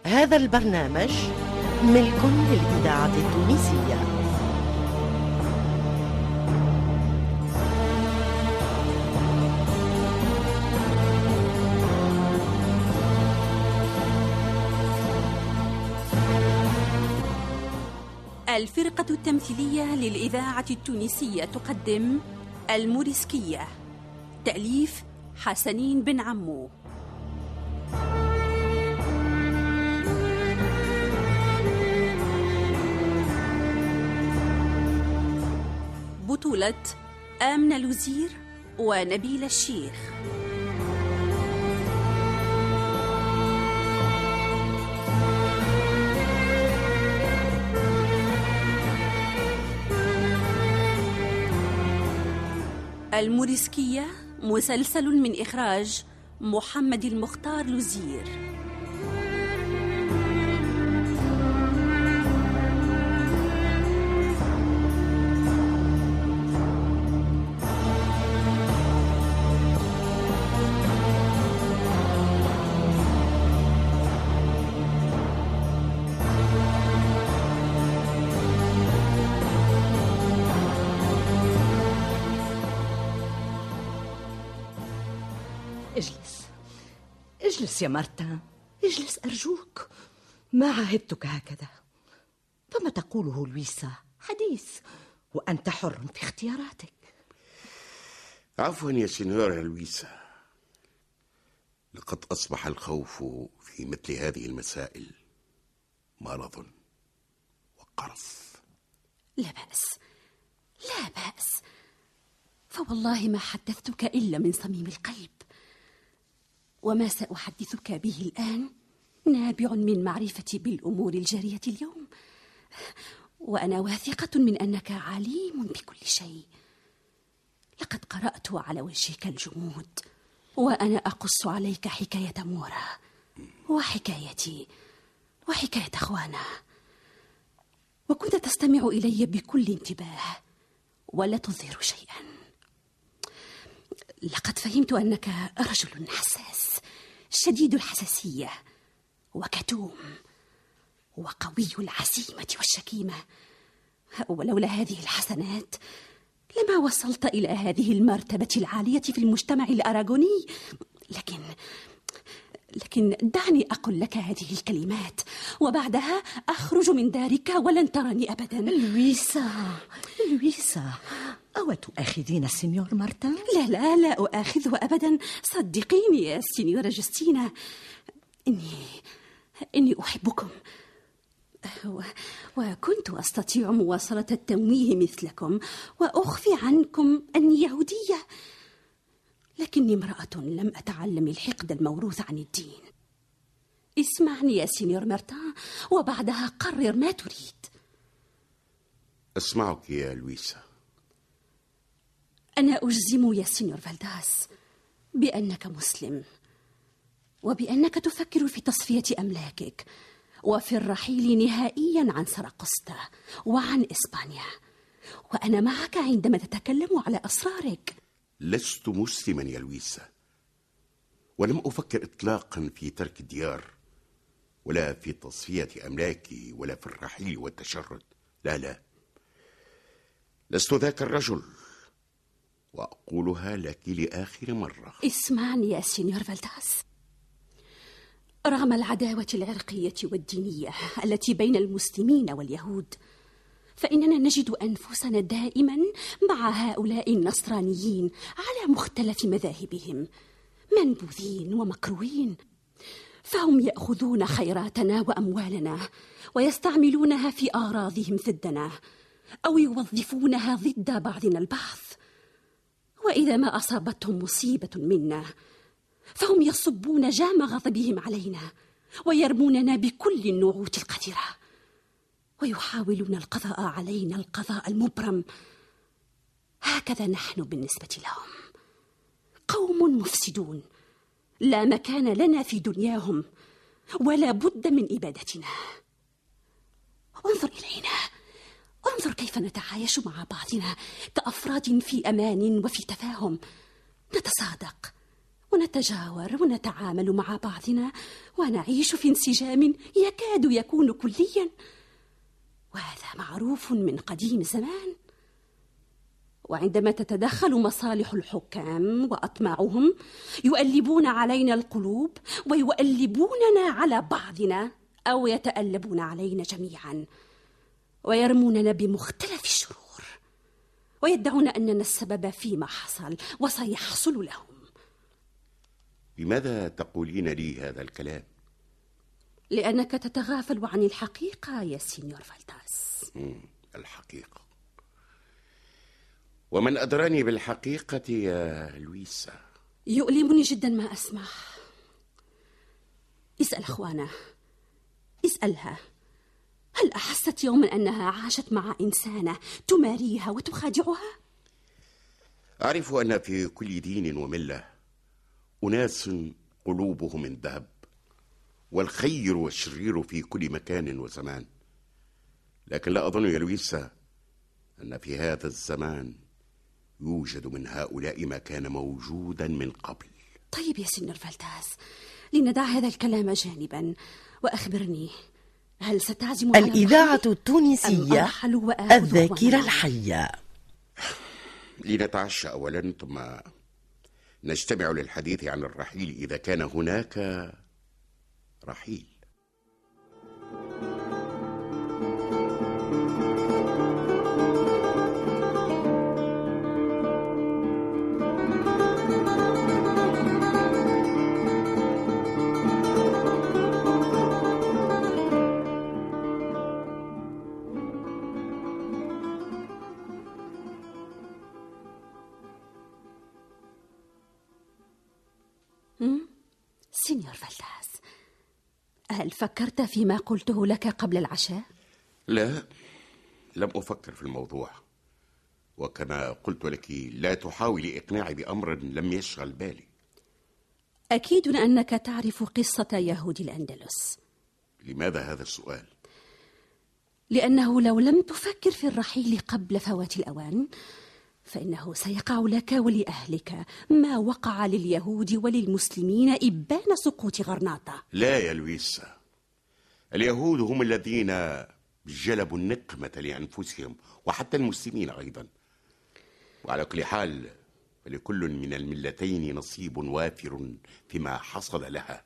هذا البرنامج ملك للإذاعة التونسية. الفرقة التمثيلية للإذاعة التونسية تقدم الموريسكية، تأليف حسنين بن عمو. بطولة آمنة لوزير ونبيل الشيخ. الموريسكية مسلسل من إخراج محمد المختار لوزير. اجلس يا مارتان، اجلس أرجوك. ما عهدتك هكذا. فما تقوله لويسا حديث، وأنت حر في اختياراتك. عفوا يا سينيورا لويسا، لقد أصبح الخوف في مثل هذه المسائل مرض وقرف. لا بأس، لا بأس، فوالله ما حدثتك إلا من صميم القلب، وما سأحدثك به الآن نابع من معرفتي بالأمور الجارية اليوم، وأنا واثقة من أنك عليم بكل شيء. لقد قرأت على وجهك الجمود، وأنا أقص عليك حكاية مورا وحكايتي وحكاية أخوانا، وكنت تستمع إلي بكل انتباه ولا تظهر شيئا. لقد فهمت أنك رجل حساس شديد الحساسية وكتوم وقوي العزيمة والشكيمة، ولولا هذه الحسنات لما وصلت إلى هذه المرتبة العالية في المجتمع الأراغوني. لكن دعني أقول لك هذه الكلمات، وبعدها أخرج من دارك ولن تراني أبدا. لويسا، أو تؤاخذين السينيور مارتان؟ لا أؤاخذه أبدا، صدقيني يا سينيورا جوستينا، إني أحبكم، وكنت أستطيع مواصلة التمويه مثلكم وأخفي عنكم أني يهودية، لكني امرأة لم أتعلم الحقد الموروث عن الدين. اسمعني يا سينيور مارتان، وبعدها قرر ما تريد. أسمعك يا لويسا. أنا أجزم يا سينيور فالداس بأنك مسلم، وبأنك تفكر في تصفية أملاكك وفي الرحيل نهائيا عن سرقسطة وعن إسبانيا، وأنا معك عندما تتكلم على أسرارك. لست مسلما يا لويسا، ولم أفكر إطلاقا في ترك الديار، ولا في تصفية أملاكي، ولا في الرحيل والتشرد. لا، لست ذاك الرجل، وأقولها لك لآخر مرة. اسمعني يا سينيور فالداس، رغم العداوة العرقية والدينية التي بين المسلمين واليهود، فإننا نجد أنفسنا دائما مع هؤلاء النصرانيين على مختلف مذاهبهم، منبوذين ومكروهين، فهم يأخذون خيراتنا وأموالنا ويستعملونها في أغراضهم ضدنا، أو يوظفونها ضد بعضنا البعض. وإذا ما أصابتهم مصيبة منا فهم يصبون جام غضبهم علينا ويرموننا بكل النعوت القذرة، ويحاولون القضاء علينا القضاء المبرم. هكذا نحن بالنسبة لهم، قوم مفسدون لا مكان لنا في دنياهم، ولا بد من إبادتنا. انظر إلينا، انظر كيف نتعايش مع بعضنا كأفراد في أمان وفي تفاهم، نتصادق ونتجاور ونتعامل مع بعضنا ونعيش في انسجام يكاد يكون كليا، وهذا معروف من قديم الزمان. وعندما تتدخل مصالح الحكام وأطماعهم يؤلبون علينا القلوب ويؤلبوننا على بعضنا أو يتألبون علينا جميعا ويرموننا بمختلف الشرور ويدعون أننا السبب فيما حصل وسيحصل لهم. لماذا تقولين لي هذا الكلام؟ لأنك تتغافل عن الحقيقة يا سينيور فالداس. الحقيقة؟ ومن أدراني بالحقيقة يا لويسا؟ يؤلمني جدا ما أسمع. اسأل أخوانا، اسألها، هل أحست يوما أنها عاشت مع إنسانة تماريها وتخادعها؟ أعرف أن في كل دين وملة أناس قلوبهم من ذهب، والخير والشرير في كل مكان وزمان، لكن لا أظن يا لويسا أن في هذا الزمان يوجد من هؤلاء ما كان موجودا من قبل. طيب يا سينيور فالداس، لندع هذا الكلام جانبا وأخبرني، هل ستعزم على الإذاعة التونسية الذاكرة الحية؟ لنتعشى أولا ثم نجتمع للحديث عن الرحيل إذا كان هناك رحيل. سينيور فالداس، هل فكرت فيما قلته لك قبل العشاء؟ لا، لم أفكر في الموضوع، وكما قلت لك لا تحاولي إقناعي بأمر لم يشغل بالي. أكيد أنك تعرف قصة يهود الأندلس. لماذا هذا السؤال؟ لأنه لو لم تفكر في الرحيل قبل فوات الأوان فإنه سيقع لك ولأهلك ما وقع لليهود وللمسلمين إبان سقوط غرناطة. لا يا لويسا، اليهود هم الذين جلبوا النقمة لأنفسهم وحتى المسلمين أيضا، وعلى كل حال فلكل من الملتين نصيب وافر فيما حصل لها.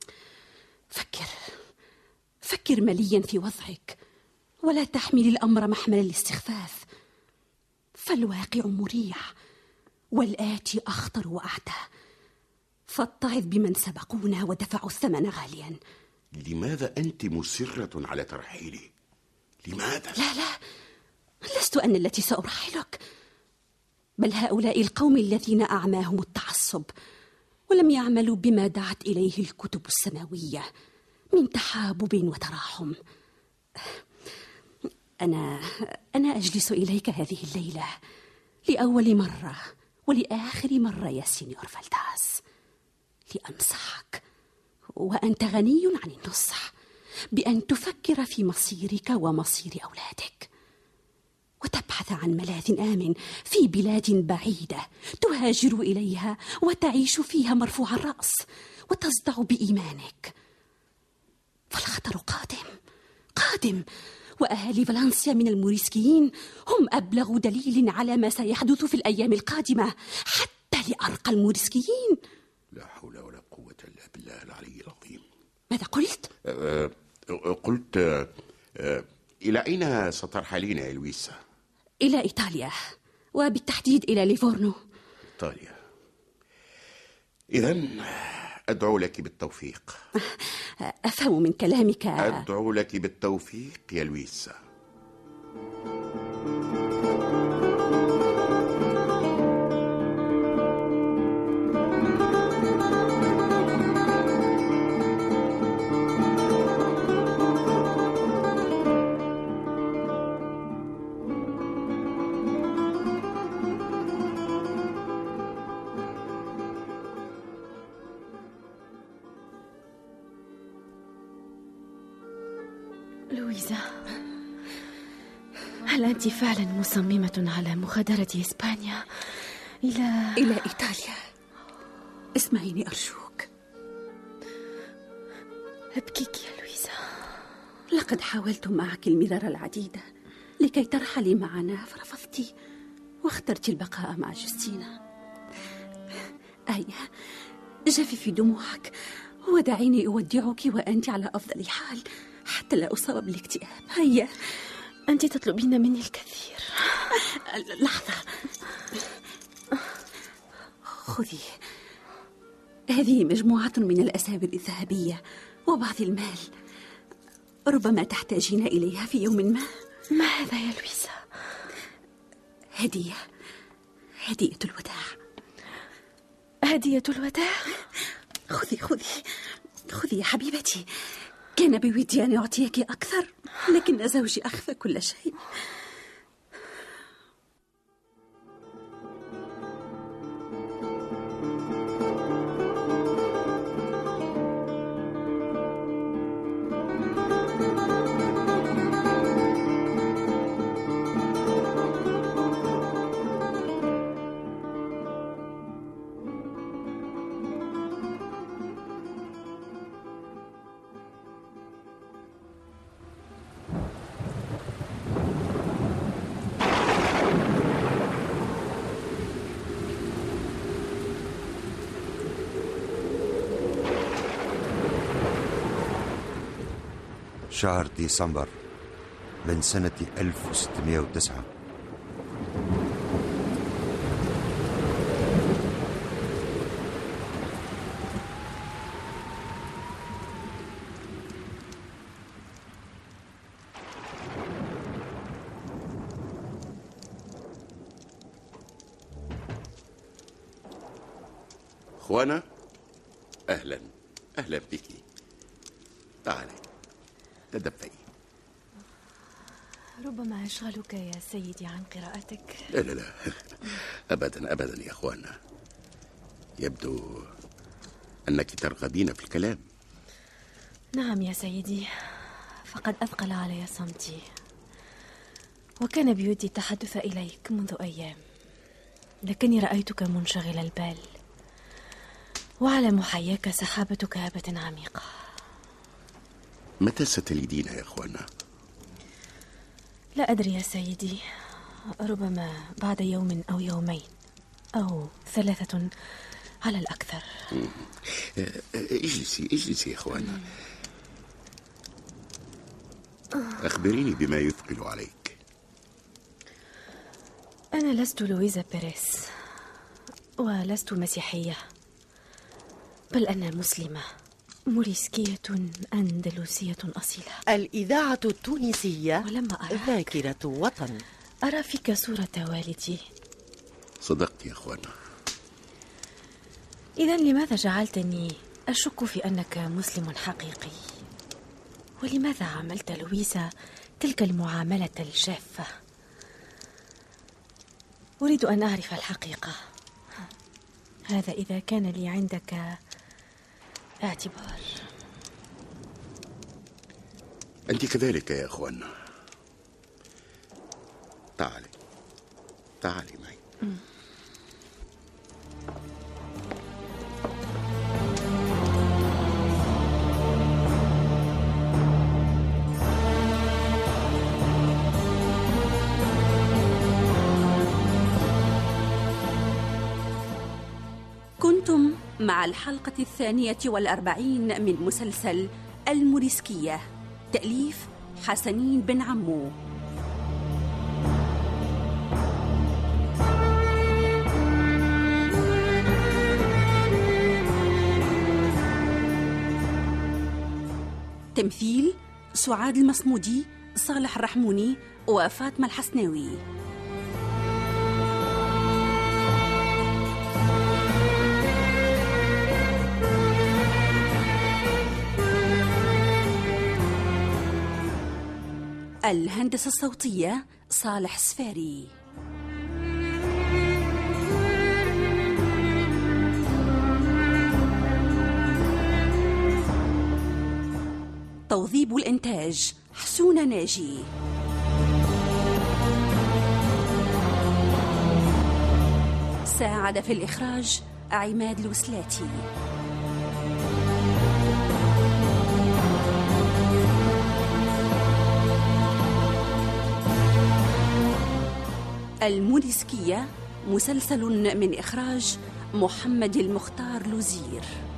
فكر مليا في وضعك، ولا تحمل الأمر محمل الاستخفاف، فالواقع مريح والآتي أخطر وأعتى، فاتعظ بمن سبقونا ودفعوا الثمن غاليا. لماذا أنت مصرة على ترحيلي؟ لماذا؟ لا، لست أنا التي سأرحلك، بل هؤلاء القوم الذين أعماهم التعصب ولم يعملوا بما دعت إليه الكتب السماوية من تحابب وتراحم. أنا أجلس إليك هذه الليلة لأول مرة ولآخر مرة يا سينيور فالداس لأنصحك، وأنت غني عن النصح، بأن تفكر في مصيرك ومصير أولادك، وتبحث عن ملاذ آمن في بلاد بعيدة تهاجر إليها وتعيش فيها مرفوع الرأس وتصدع بإيمانك. فالخطر قادم، وأهالي فالنسيا من الموريسكيين هم أبلغ دليل على ما سيحدث في الأيام القادمة حتى لأرقى الموريسكيين. لا حول ولا قوة إلا بالله العلي العظيم. ماذا قلت؟ قلت إلى أين سترحلين يا لويسا؟ إلى إيطاليا، وبالتحديد إلى ليفورنو. إيطاليا؟ إذن أدعو لك بالتوفيق. أفهم من كلامك. أدعو لك بالتوفيق يا لويسا. لويزا، هل أنت فعلا مصممة على مغادرة إسبانيا إلى إيطاليا؟ اسمعيني أرجوك. أبكيك يا لويزا. لقد حاولت معك المرار العديدة لكي ترحلي معنا، فرفضت واخترت البقاء مع جوستينا. هيا جففي دموعك ودعيني أودعك وأنت على أفضل حال حتى لا أصاب بالاكتئاب. هيا. أنت تطلبين مني الكثير. لحظة، خذي، هذه مجموعة من الأساور الذهبية وبعض المال، ربما تحتاجين إليها في يوم ما. ما هذا يا لويزا؟ هدية الوداع. هدية الوداع؟ خذي يا حبيبتي. كان بودي أن أعطيك أكثر، لكن زوجي أخفى كل شيء. شهر ديسمبر من سنة 1609. أخوانا، أهلا بك. تعالي تدفئي. ربما أشغلك يا سيدي عن قراءتك. لا أبدا يا أخوانا، يبدو أنك ترغبين في الكلام. نعم يا سيدي، فقد أثقل علي صمتي، وكان بودي التحدث إليك منذ أيام، لكني رأيتك منشغل البال، وعلى محياك سحابة كآبة عميقة. متى ستلدين يا أخوانا؟ لا أدري يا سيدي، ربما بعد يوم أو يومين أو 3 على الأكثر. اجلسي يا أخوانا. أخبريني بما يثقل عليك. أنا لست لويزا بيريس، ولست مسيحية، بل أنا مسلمة موريسكية أندلسية أصيلة. الإذاعة التونسية ولما أراك ذاكرة وطن. أرى فيك صورة والدي. صدقت يا أخوانا. إذن لماذا جعلتني أشك في أنك مسلم حقيقي؟ ولماذا عاملت لويزا تلك المعاملة الجافة؟ أريد أن أعرف الحقيقة، هذا إذا كان لي عندك اعتبار. أنت كذلك يا أخوانا. تعالي معي. كنتم مع الحلقة 42 من مسلسل الموريسكية، تأليف حسنين بن عمو. تمثيل: سعاد المصمودي، صالح الرحموني، وفاطمة الحسناوي. الهندسة الصوتية: صالح سفاري. توظيب الإنتاج: حسون ناجي. ساعد في الإخراج عماد الوسلاتي. المونسكية مسلسل من إخراج محمد المختار لوزير.